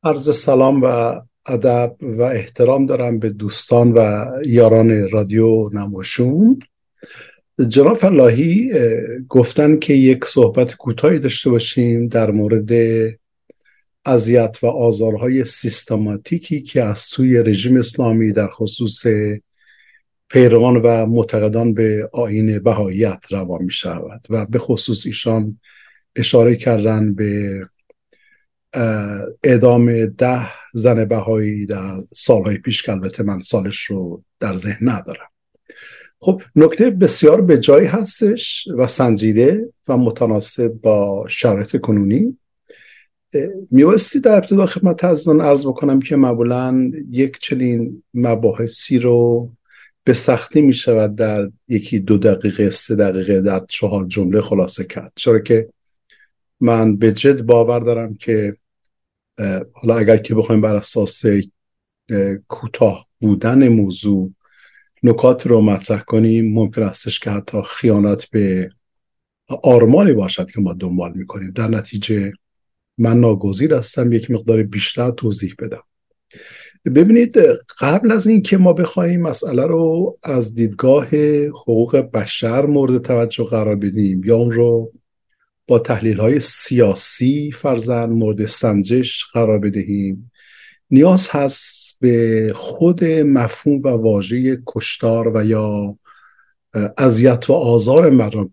عرض سلام و ادب و احترام دارم به دوستان و یاران رادیو نماشوم. جناب فلاحی گفتن که یک صحبت کوتاهی داشته باشیم در مورد اذیت و آزارهای سیستماتیکی که از سوی رژیم اسلامی در خصوص پیروان و معتقدان به آیین بهاییت روا می شود و به خصوص ایشان اشاره کردن به اعدام 10 زن بهایی در سالهای پیش که البته من سالش رو در ذهن ندارم. خب نکته بسیار به جایی هستش و سنجیده و متناسب با شرایط کنونی. میبایستی در ابتدا خدمت عزیزان عرض بکنم که معمولا یک چنین مباحثی رو به سختی میشود در 1-2 دقیقه 3 دقیقه در 4 جمله خلاصه کرد، چرا که من به جد باور دارم که حالا اگر که بخوایم بر اساس کوتاه بودن موضوع نکات رو مطرح کنیم، ممکن استش که حتی خیانت به آرمانی باشد که ما دنبال میکنیم. در نتیجه من ناگزیر هستم یک مقدار بیشتر توضیح بدم. ببینید، قبل از این که ما بخوایم مسئله رو از دیدگاه حقوق بشر مورد توجه قرار بدیم یا اون رو با تحلیل‌های سیاسی فرضاً مورد سنجش قرار بدهیم، نیاز هست به خود مفهوم و واژه کشتار و یا اذیت و آزار مردم،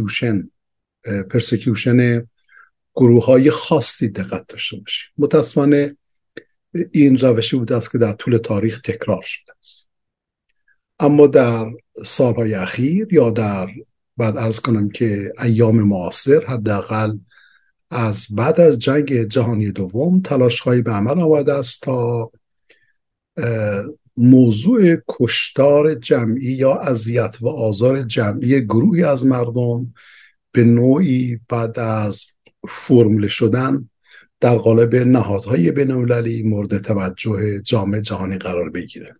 پرسکیوشن گروه‌های خاصی دقت داشته باشیم. متأسفانه این روشی بوده است که در طول تاریخ تکرار شده است، اما در سالهای اخیر یا بعد عرض کنم که ایام معاصر، حداقل از بعد از جنگ جهانی دوم، تلاش‌هایی به عمل آمده است تا موضوع کشتار جمعی یا اذیت و آزار جمعی گروهی از مردم به نوعی بعد از فرموله شدن در قالب نهادهای بین‌المللی مورد توجه جامعه جهانی قرار بگیره.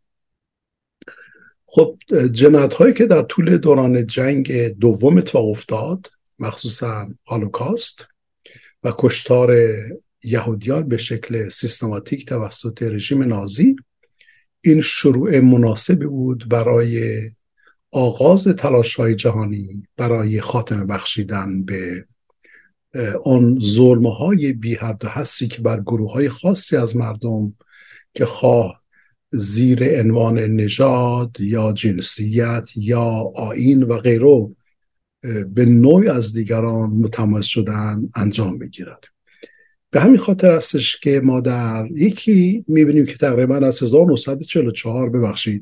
خب جنایت‌هایی که در طول دوران جنگ دوم اتفاق افتاد، مخصوصا هولوکاست و کشتار یهودیان به شکل سیستماتیک توسط رژیم نازی، این شروع مناسبی بود برای آغاز تلاش‌های جهانی برای خاتمه بخشیدن به آن ظلم‌های بی حد و حصری که بر گروه‌های خاصی از مردم که خواه زیر عنوان نژاد یا جنسیت یا آیین و غیره به نوعی از دیگران متمایز شدن انجام بگیرد. به همین خاطر هستش که ما در یکی میبینیم که تقریبا از 1944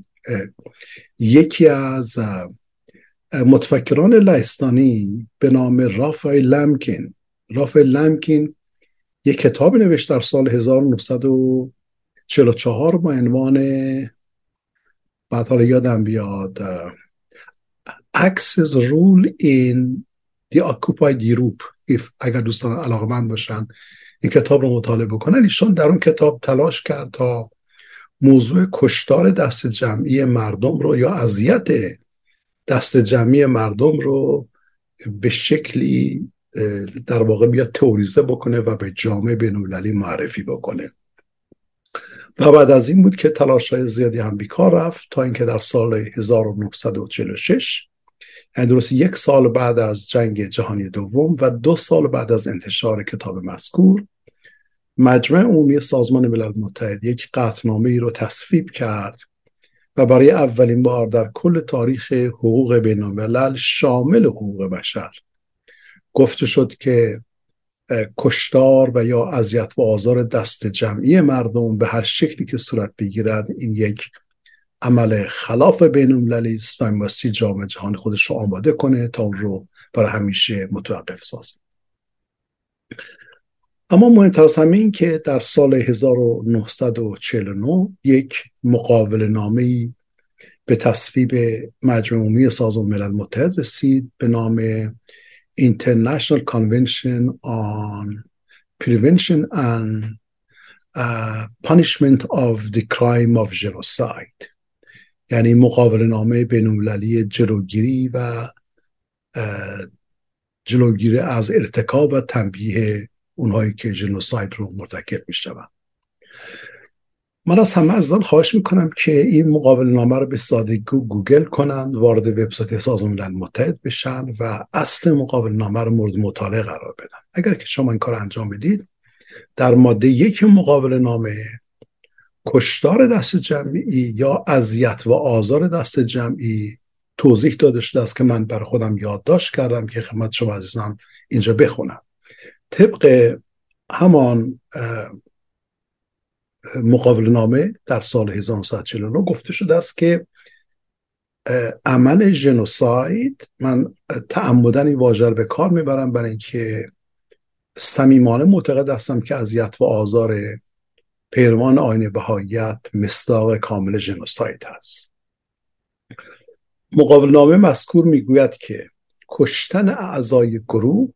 یکی از متفکران لهستانی به نام رافائل لمکین یک کتاب نوشت در سال 1944 با عنوان، بعد حالا یادم بیاد، Axis Rule in the Occupied Europe. اگر دوستان علاقه‌مند باشن این کتاب رو مطالعه بکنن. ایشان در اون کتاب تلاش کرد تا موضوع کشتار دست جمعی مردم رو یا اذیت دست جمعی مردم رو به شکلی در واقع بیا تئوریزه بکنه و به جامعه بین‌المللی معرفی بکنه. و بعد از این بود که تلاش‌های زیادی هم بیکار رفت تا اینکه در سال 1946، یعنی درست 1 سال بعد از جنگ جهانی دوم و 2 سال بعد از انتشار کتاب مذکور، مجمع عمومی سازمان ملل متحد یک قطعنامه‌ای رو تصویب کرد و برای اولین بار در کل تاریخ حقوق بین‌الملل شامل حقوق بشر گفته شد که کشتار و یا اذیت و آزار دست جمعی مردم به هر شکلی که صورت بگیرد، این یک عمل خلاف بین‌المللی است و می‌بایستی جامعه جهانی خودش رو آماده کنه تا اون رو برای همیشه متوقف سازه. اما مهمتر از همه این که در سال 1949 یک مقابله نامه‌ای به تصویب مجمع عمومی سازمان ملل متحد رسید به نام International Convention on Prevention and Punishment of the Crime of Genocide، یعنی مقابله نامه بین‌المللی جلوگیری از ارتکاب و تنبیه اونهایی که ژنوساید رو مرتکب می‌شوند. من از همه عزیزان خواهش میکنم که این مقابله نامه رو به سادگی گوگل کنند، وارد وبسایت سازمان ملل متحد بشن و اصل مقابله نامه رو مورد مطالعه قرار بدن. اگر که شما این کار انجام بدید، در ماده 1 مقابله نامه کشتار دست جمعی یا اذیت و آزار دست جمعی توضیح داده شده است که من برای خودم یادداشت کردم که خدمت شما عزیزان اینجا بخونم. طبق همان مقابله نامه در سال 1949 گفته شده است که عمل ژنوساید، من تعمداً این واژه رو به کار میبرم برای اینکه صمیمانه معتقد هستم که اذیت و آزار پیروان آیین بهاییت مصداق کامل ژنوساید هست. مقابله نامه مذکور میگوید که کشتن اعضای گروه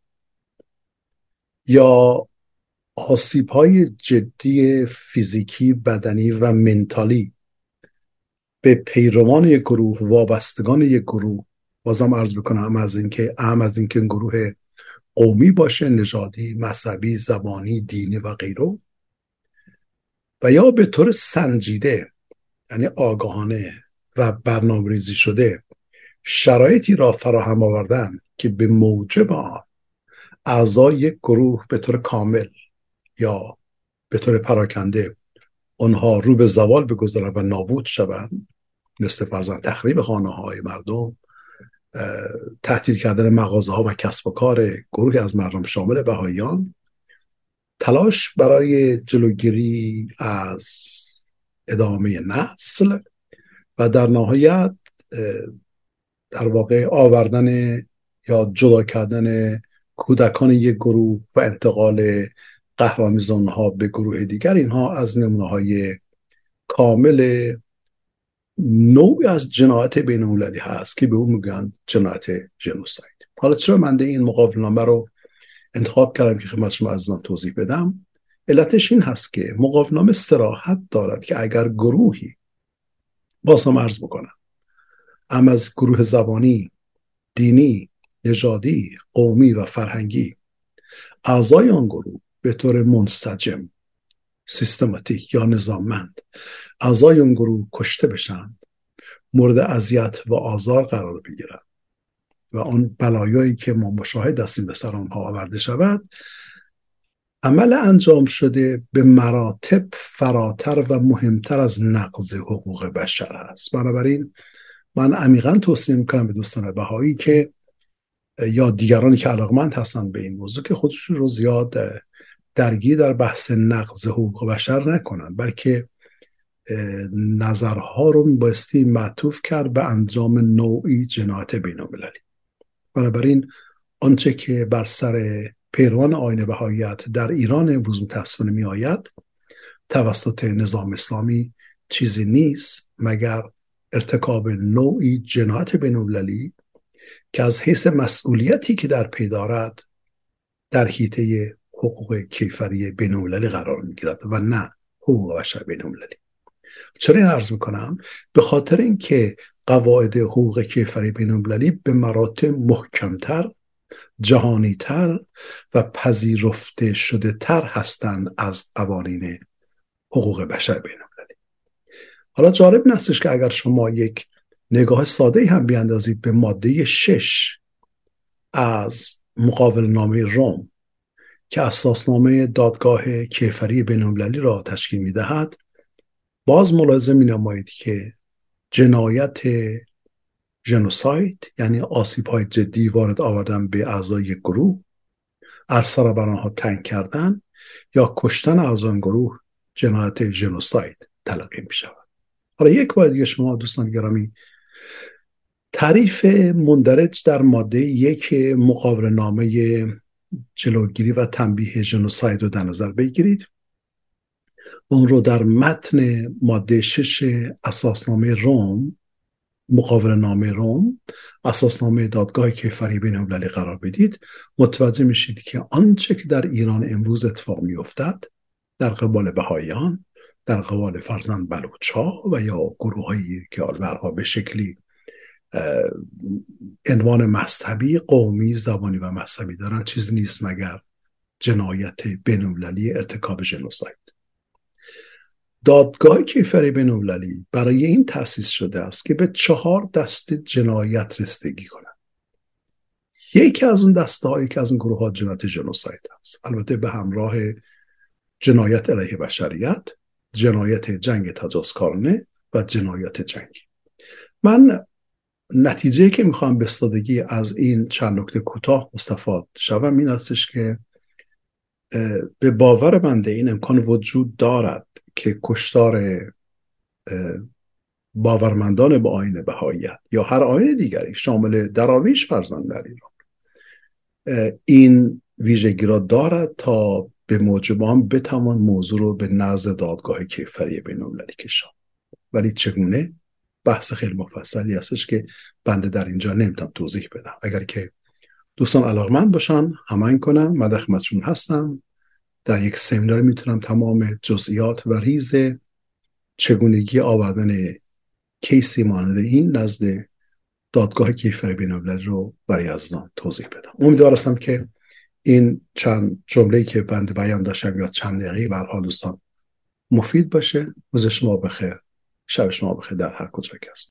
یا آسیب‌های جدی فیزیکی، بدنی و منتالی به پیروان یک گروه، وابستگان یک گروه، بازم عرض بکنم اهم از اینکه این گروه قومی باشه، نژادی، مذهبی، زبانی، دینی و غیره، و یا به طور سنجیده یعنی آگاهانه و برنامه‌ریزی شده شرایطی را فراهم آوردن که به موجب آن اعضای یک گروه به طور کامل یا به طور پراکنده آنها رو به زوال بگذارند و نابود شوند، مثل فرضاً تخریب خانه‌های مردم، تهدید کردن مغازه‌ها و کسب و کار گروهی از مردم شامل بهائیان، تلاش برای جلوگیری از ادامه نسل و در نهایت در واقع آوردن یا جدا کردن کودکان یک گروه و انتقال قهرآمیز آنها به گروه دیگر، اینها از نمونه‌های کامل نوعی از جنایت بین‌المللی هست که به اون میگن جنایت ژنوساید. حالا چرا من این مقابله نامه رو انتخاب کردم که خدمت شما عزیزان توضیح بدم؟ علتش این هست که مقابله نامه صراحت دارد که اگر گروهی، بازم عرض بکنم، از گروه زبانی، دینی، نژادی، قومی و فرهنگی، اعضای آن گروه به طور منسجم، سیستماتیک یا نظاممند اعضای اون گروه کشته بشن، مورد اذیت و آزار قرار بگیرند و آن بلایایی که ما مشاهد هستیم به سر آنها آورده شود، عمل انجام شده به مراتب فراتر و مهمتر از نقض حقوق بشر است. بنابراین من عمیقا توصیه میکنم به دوستان بهایی که یا دیگرانی که علاقمند هستن به این موضوع که خودشون رو زیاد درگیر در بحث نقض حقوق بشر نکنن، بلکه نظرها رو میبایستی معطوف کرد به انجام نوعی جنایت بین‌المللی. بنابراین آنچه که بر سر پیروان آیین بهاییت در ایران امروز متاسفانه می آید توسط نظام اسلامی چیزی نیست مگر ارتکاب نوعی جنایت بین‌المللی که از حیث مسئولیتی که در پی دارد در حیطه حقوق کیفری بین‌المللی قرار می گیرد و نه حقوق بشر بین‌المللی. چرا این عرض میکنم؟ به خاطر اینکه قواعد حقوق کیفری بین‌المللی به مراتب محکمتر، جهانیتر و پذیرفته شده تر هستند از قوانین حقوق بشر بین‌المللی. حالا جالب نیستش که اگر شما یک نگاه ساده هم بیاندازید به ماده 6 از مقابله نامه روم که اساسنامه دادگاه کیفری بین‌المللی را تشکیل می‌دهد، باز ملاحظه می‌نمایید که جنایت ژنوساید یعنی آسیب‌های جدی وارد آوردن به اعضای گروه، عرصه را بر آنها تنگ کردن یا کشتن اعضای گروه جنایت ژنوساید تلقی می‌شود. حالا یک بار دیگه شما دوستان گرامی تعریف مندرج در ماده 1 مقابله نامه جلوگیری و تنبیه ژنوساید رو در نظر بگیرید. اون رو در متن ماده 6 اساسنامه روم، مقابله نامه روم، اساسنامه دادگاه کیفری بین‌المللی قرار بدید، متوجه میشید که آنچه که در ایران امروز اتفاق میافتد در قبال بهائیان، در قبال فرزند بلوچ‌ها و یا گروه‌هایی که آلورها به شکلی عنوان مذهبی، قومی، زبانی و مذهبی دارن، چیز نیست مگر جنایت بین‌المللی ارتکاب ژنوساید. دادگاه کیفری بین‌المللی برای این تأسیس شده است که به 4 دسته جنایت رسیدگی کنند. یکی از اون دسته ها، یکی از اون گروه ها جنایت ژنوساید است، البته به همراه جنایت علیه بشریت، جنایت جنگ تجاوزکارانه و جنایت جنگی. من نتیجه که میخوام به سادگی از این چند نکته کوتاه مستفاد شوم این استش که به باور بنده این امکان وجود دارد که کشتار باورمندان به آیین بهاییت یا هر آیین دیگری شامل دراویش فرزند در ایران این ویژگی را دارد تا به موجب آن بتوان موضوع رو به نزد دادگاه کیفری بین‌المللی کشاند. ولی چگونه؟ بحث خیلی مفصلی هستش که بنده در اینجا نمیتونم توضیح بدم. اگر که دوستان علاقمند باشن هماهنگ کنم، من در خدمتشون هستم. در یک سمینار میتونم تمام جزئیات و ریز چگونگی آوردن کیسی مانند این نزد دادگاه کیفری بین‌المللی رو برای عزیزان توضیح بدم. امیدوار هستم که این چند جمله‌ای که بنده بیان داشتم یا چند دقیقه به هر حال دوستان مفید باشه. روز شما بخیر، شب شما بخیر در هر کجا که هست.